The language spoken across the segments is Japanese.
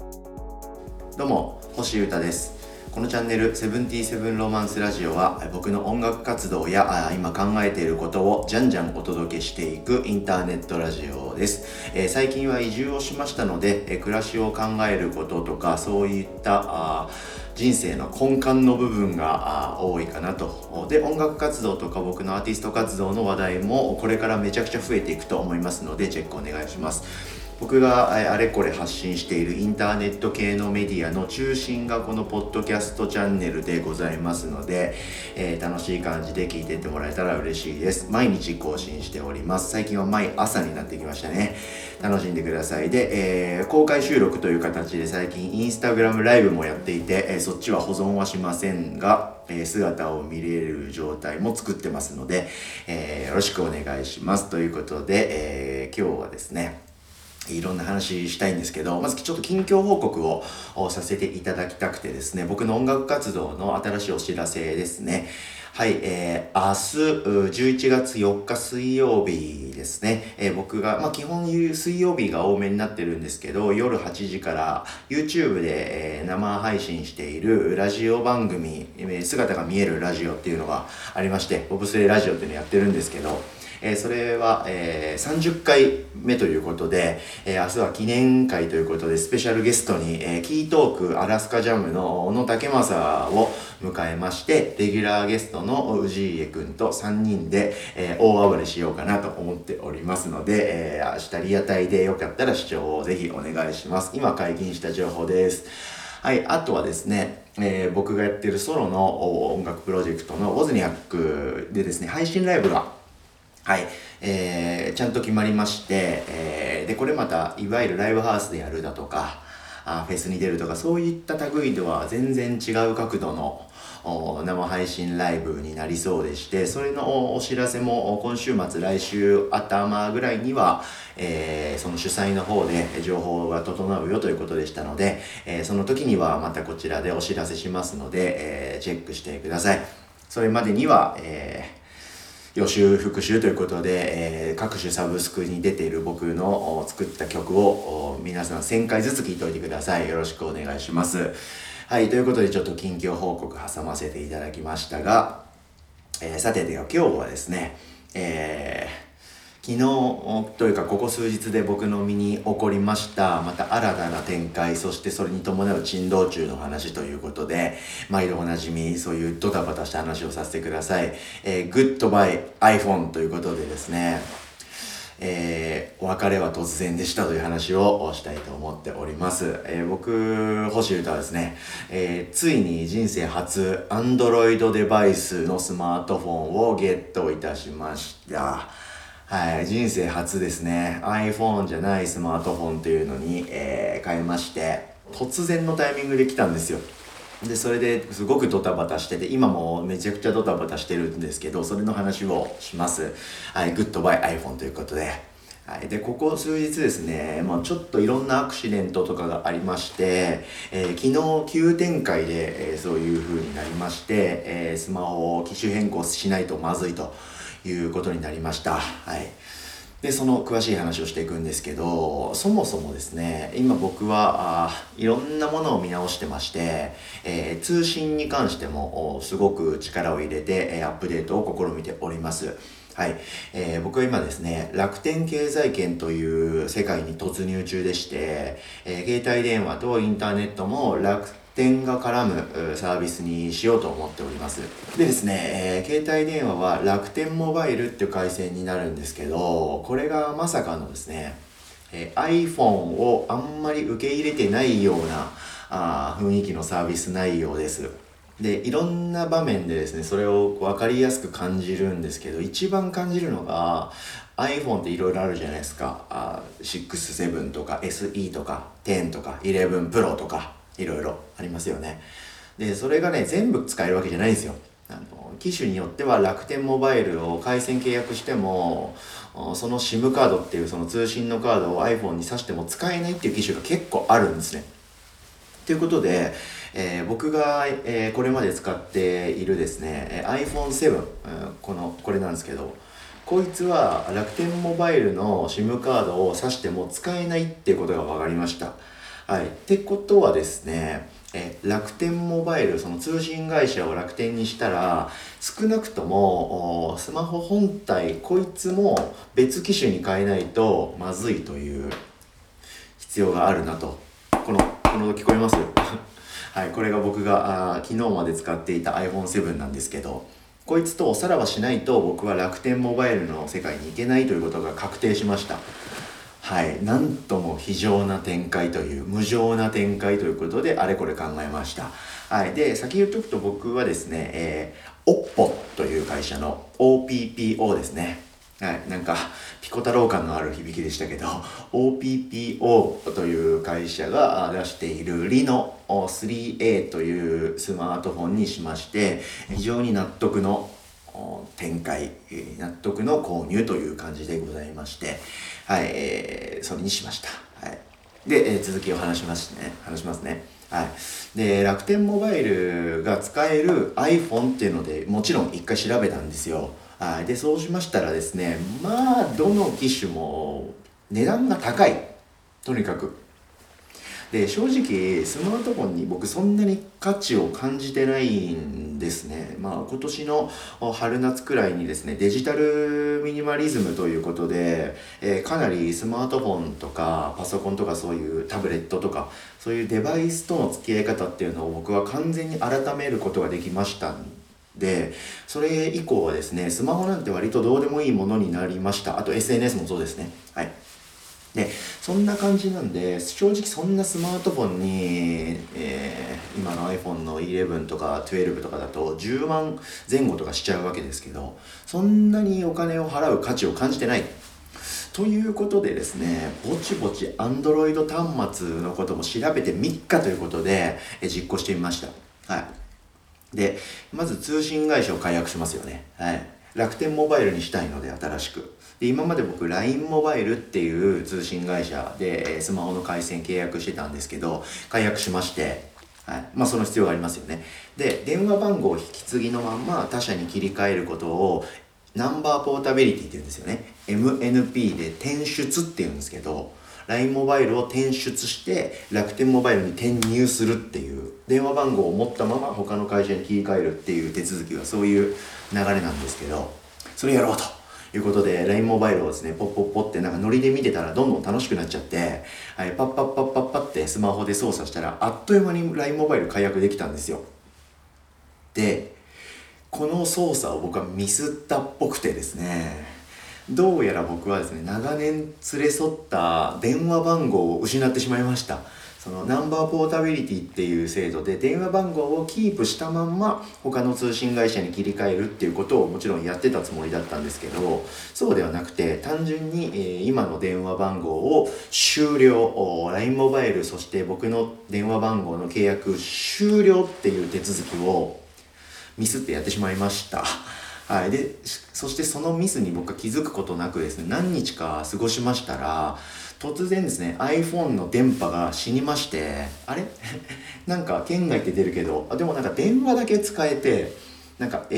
どうも、星優太です。このチャンネルセブンティーセブンロマンスラジオは僕の音楽活動や今考えていることをじゃんじゃんお届けしていくインターネットラジオです。最近は移住をしましたので、暮らしを考えることとかそういった人生の根幹の部分が多いかなと。で、音楽活動とか僕のアーティスト活動の話題もこれからめちゃくちゃ増えていくと思いますのでチェックお願いします。僕があれこれ発信しているインターネット系のメディアの中心がこのポッドキャストチャンネルでございますので、楽しい感じで聞いていってもらえたら嬉しいです。毎日更新しております。最近は毎朝になってきましたね。楽しんでください。で、公開収録という形で最近インスタグラムライブもやっていて、そっちは保存はしませんが、姿を見れる状態も作ってますので、よろしくお願いしますということで、今日はですねいろんな話したいんですけど、まずちょっと近況報告をさせていただきたくてですね、僕の音楽活動の新しいお知らせですね。はい、明日11月4日水曜日ですね。僕が、基本水曜日が多めになってるんですけど、夜8時から YouTube で、生配信しているラジオ番組、姿が見えるラジオっていうのがありまして、ボブスレーラジオっていうのをやってるんですけど、それは、30回目ということで、明日は記念会ということでスペシャルゲストに、キートークアラスカジャムの小野武正を迎えまして、レギュラーゲストの氏家くんと3人で、大暴れしようかなと思っておりますので、明日リアタイでよかったら視聴をぜひお願いします。今解禁した情報です。はい、あとはですね、僕がやってるソロの音楽プロジェクトのウォズニャックでですね、配信ライブがはい、ちゃんと決まりまして、でこれまたいわゆるライブハウスでやるだとかフェスに出るとかそういった類では全然違う角度の生配信ライブになりそうでして、それのお知らせも今週末来週頭ぐらいには、その主催の方で情報が整うよということでしたので、その時にはまたこちらでお知らせしますので、チェックしてください。それまでには、予習復習ということで、各種サブスクに出ている僕の作った曲を皆さん1000回ずつ聴いておいてください。よろしくお願いします。はい、ということでちょっと近況報告挟ませていただきましたが、さてでは今日はですね、昨日というかここ数日で僕の身に起こりましたまた新たな展開、そしてそれに伴う珍道中の話ということで、毎度おなじみそういうドタバタした話をさせてください。Goodbye iPhone ということでですね、お別れは突然でしたという話をしたいと思っております。僕、星優太はですね、ついに人生初 Android デバイスのスマートフォンをゲットいたしました。はい、人生初ですね。iPhone じゃないスマートフォンというのに、変えまして、突然のタイミングで来たんですよ。で、それですごくドタバタしてて、今もめちゃくちゃドタバタしてるんですけど、それの話をします。はい、Goodbye iPhone ということで。はい、で、ここ数日ですね、ちょっといろんなアクシデントとかがありまして、昨日急展開で、そういう風になりまして、スマホを機種変更しないとまずいということになりました。はい。で、その詳しい話をしていくんですけど、そもそもですね、今僕はいろんなものを見直してまして、通信に関してもすごく力を入れて、アップデートを試みております。はい、僕は今ですね、楽天経済圏という世界に突入中でして、携帯電話とインターネットも楽天が絡むサービスにしようと思っております。でですね、携帯電話は楽天モバイルっていう回線になるんですけど、これがまさかのですね、iPhone をあんまり受け入れてないような雰囲気のサービス内容です。で、いろんな場面でですね、それを分かりやすく感じるんですけど、一番感じるのが iPhone っていろいろあるじゃないですか。6、7とか SE とか10とか11 Pro とかいろいろありますよね。で、それがね、全部使えるわけじゃないんですよ。機種によっては楽天モバイルを回線契約しても、その SIM カードっていうその通信のカードを iPhone に挿しても使えないっていう機種が結構あるんですね。ということで、僕が、これまで使っているですね、iPhone7、これなんですけど、こいつは楽天モバイルの SIM カードを挿しても使えないっていうことが分かりました。 はい。ってことはですね、楽天モバイル、その通信会社を楽天にしたら、少なくともスマホ本体、こいつも別機種に変えないとまずいという必要があるなと。この音聞こえますはい、これが僕が昨日まで使っていた iPhone7 なんですけど、こいつとおさらばしないと僕は楽天モバイルの世界に行けないということが確定しました。はい、なんとも非常な展開という、無情な展開ということであれこれ考えました。はい、で先言っとくと僕はですね、OPPO という会社の OPPO ですね。はい、なんかピコ太郎感のある響きでしたけど OPPO という会社が出している Reno3A というスマートフォンにしまして、非常に納得の展開、納得の購入という感じでございまして、はい、それにしました。はい、で、続きを話しますね。はい、で楽天モバイルが使える iPhone っていうのでもちろん一回調べたんですよ。はい、でそうしましたらですね、まあどの機種も値段が高い、とにかく。で正直スマートフォンに僕そんなに価値を感じてないんですね。まあ今年の春夏くらいにですね、デジタルミニマリズムということで、かなりスマートフォンとかパソコンとかそういうタブレットとかそういうデバイスとの付き合い方っていうのを僕は完全に改めることができましたで、それ以降はですね、スマホなんて割とどうでもいいものになりました。あと SNS もそうですね。はい。でそんな感じなんで、正直そんなスマートフォンに、今の iPhone の11とか12とかだと10万前後とかしちゃうわけですけど、そんなにお金を払う価値を感じてないということでですね、ぼちぼち Android 端末のことも調べてみっかということで実行してみました。はい。でまず通信会社を解約しますよね。はい。楽天モバイルにしたいので新しく。で今まで僕 LINE モバイルっていう通信会社でスマホの回線契約してたんですけど、解約しまして、はい、まあその必要がありますよね。で電話番号引き継ぎのまんま他社に切り替えることをナンバーポータビリティって言うんですよね。 MNP で転出って言うんですけど、 LINE モバイルを転出して楽天モバイルに転入するっていう電話番号を持ったまま他の会社に切り替えるっていう手続きがそういう流れなんですけど、それやろうということで LINE モバイルをですねポッポッポってなんかノリで見てたらどんどん楽しくなっちゃって、はい、パッパッパッパッパってスマホで操作したらあっという間に LINE モバイル解約できたんですよ。でこの操作を僕はミスったっぽくてですね、どうやら僕はですね長年連れ添った電話番号を失ってしまいました。そのナンバーポータビリティっていう制度で電話番号をキープしたまんま他の通信会社に切り替えるっていうことをもちろんやってたつもりだったんですけど、そうではなくて単純に、今の電話番号を終了、 LINE モバイルそして僕の電話番号の契約終了っていう手続きをミスってやってしまいました。はい、でそしてそのミスに僕は気づくことなくですね、何日か過ごしましたら突然ですね iPhone の電波が死にまして、あれなんか圏外って出るけど、でもなんか電話だけ使えて、なんか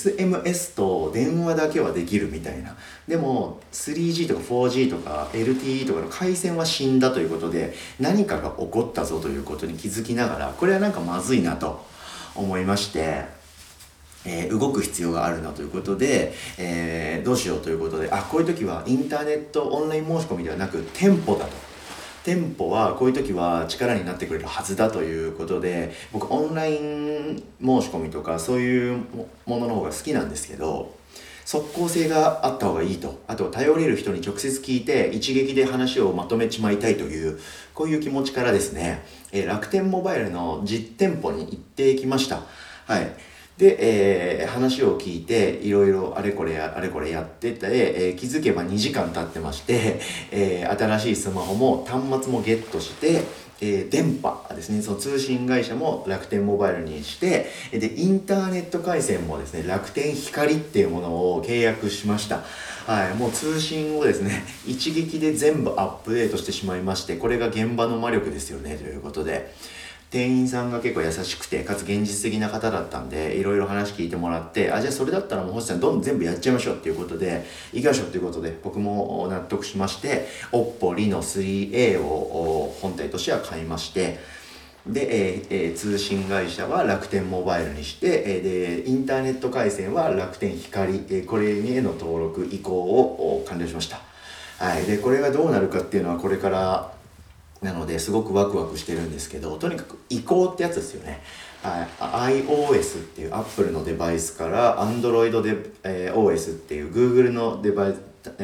SMS と電話だけはできるみたいな。でも 3G とか 4G とか LTE とかの回線は死んだということで、何かが起こったぞということに気づきながら、これはなんかまずいなと思いまして、動く必要があるなということで、どうしようということで、こういう時はインターネットオンライン申し込みではなく店舗だと。店舗はこういう時は力になってくれるはずだということで、僕オンライン申し込みとかそういうものの方が好きなんですけど、即効性があった方がいいと、あと頼れる人に直接聞いて一撃で話をまとめちまいたいという、こういう気持ちからですね、楽天モバイルの実店舗に行ってきました。はい。で、話を聞いていろいろあれこれやってて、気づけば2時間経ってまして、新しいスマホも端末もゲットして、電波ですね、その通信会社も楽天モバイルにして、でインターネット回線もですね楽天光っていうものを契約しました。はい、もう通信をですね一撃で全部アップデートしてしまいまして、これが現場の魔力ですよねということで。っ店員さんが結構優しくてかつ現実的な方だったんで、いろいろ話聞いてもらって、じゃあそれだったらもう星さんどんどん全部やっちゃいましょうっていうことで、行きましょうっていうことで僕も納得しまして、Oppo Reno 3A を本体としては買いまして、で、通信会社は楽天モバイルにして、でインターネット回線は楽天光、これへの登録移行を完了しました。はい、でこれがどうなるかっていうのはこれからなのですごくワクワクしてるんですけど、とにかく移行ってやつですよね。はい、iOS っていう Apple のデバイスから Android で、OS っていう Google のデバイス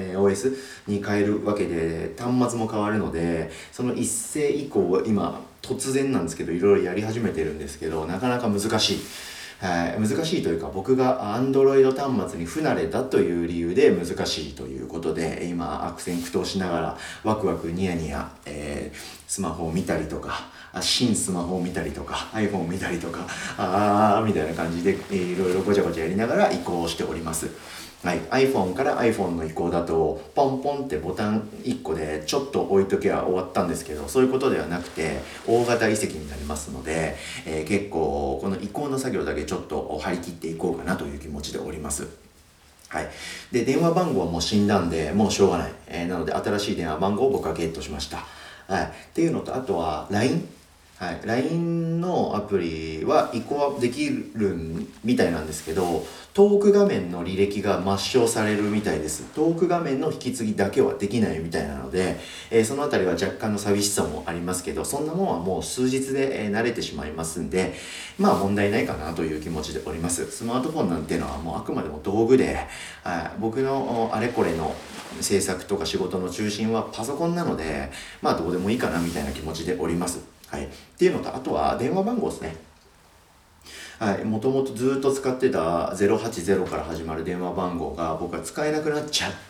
OS に変えるわけで、端末も変わるので、その一斉移行を今突然なんですけどいろいろやり始めてるんですけど、なかなか難しい。難しいというか、僕が Android 端末に不慣れだという理由で難しいということで、今悪戦苦闘しながらワクワクニヤニヤ、スマホを見たりとか、新スマホを見たりとか iPhone を見たりとかみたいな感じで、いろいろごちゃごちゃやりながら移行しております。はい、iPhone から iPhone の移行だとポンポンってボタン1個でちょっと置いとけば終わったんですけど、そういうことではなくて大型移籍になりますので、結構この移行の作業だけちょっと張り切っていこうかなという気持ちでおります。はい、で電話番号はもう死んだんでもうしょうがない、なので新しい電話番号を僕はゲットしました。はい、っていうのと、あとは LINE、はい、LINE のアプリは移行はできるみたいなんですけど、トーク画面の履歴が抹消されるみたいです。トーク画面の引き継ぎだけはできないみたいなので、そのあたりは若干の寂しさもありますけど、そんなもんはもう数日で、慣れてしまいますんで、まあ問題ないかなという気持ちでおります。スマートフォンなんていうのはもうあくまでも道具で、僕のあれこれの制作とか仕事の中心はパソコンなので、まあどうでもいいかなみたいな気持ちでおります。はい、っていうのと、あとは電話番号ですね。はい、もともとずっと使ってた080から始まる電話番号が僕は使えなくなっちゃって、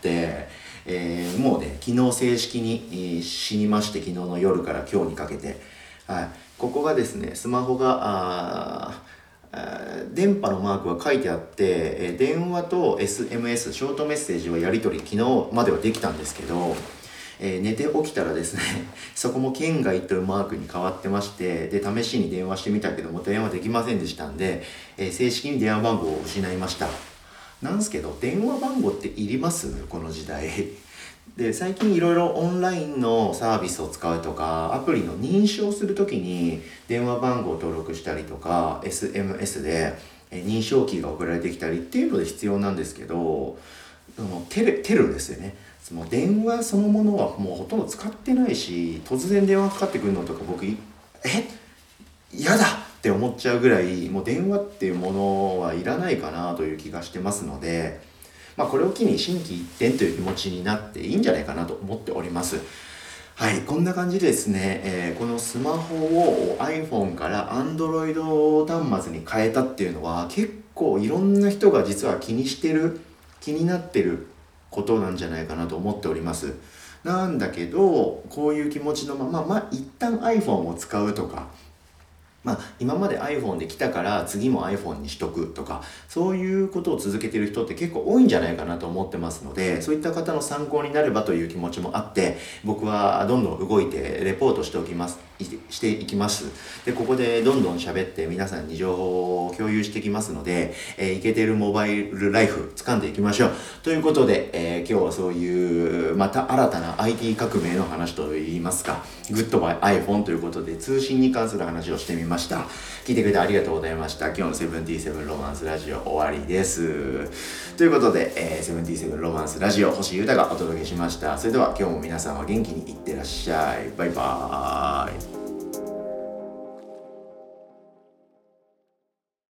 もうね昨日正式に死にまして、昨日の夜から今日にかけて、はい、ここがですね、スマホが電波のマークが書いてあって、電話と SMS ショートメッセージはやり取り昨日まではできたんですけど、寝て起きたらですねそこも県外というマークに変わってまして、で試しに電話してみたけども電話できませんでしたんで、正式に電話番号を失いました。なんですけど、電話番号っていります？この時代で最近いろいろオンラインのサービスを使うとか、アプリの認証するときに電話番号を登録したりとか SMS で認証キーが送られてきたりっていうので必要なんですけど、テルですよね。その電話そのものはもうほとんど使ってないし、突然電話かかってくるのとか僕嫌だって思っちゃうぐらい、もう電話っていうものはいらないかなという気がしてますので、これを機に心機一転という気持ちになっていいんじゃないかなと思っております。はい、こんな感じでですね、このスマホを iPhone から Android 端末に変えたっていうのは結構いろんな人が実は気になってることなんじゃないかなと思っております。なんだけど、こういう気持ちのまま、一旦 iPhone を使うとか、今まで iPhone で来たから次も iPhone にしとくとか、そういうことを続けている人って結構多いんじゃないかなと思ってますので、そういった方の参考になればという気持ちもあって、僕はどんどん動いてレポートしていきます。でここでどんどん喋って皆さんに情報を共有していきますので、イケてるモバイルライフ掴んでいきましょうということで、今日はそういうまた新たな IT 革命の話といいますか、グッドバイ iPhone ということで通信に関する話をしてみました。聞いてくれてありがとうございました。今日のセブンティーセブンロマンスラジオ終わりです。ということで、セブンティーセブンロマンスラジオ星優太がお届けしました。それでは今日も皆さんは元気にいってらっしゃい。バイバーイ。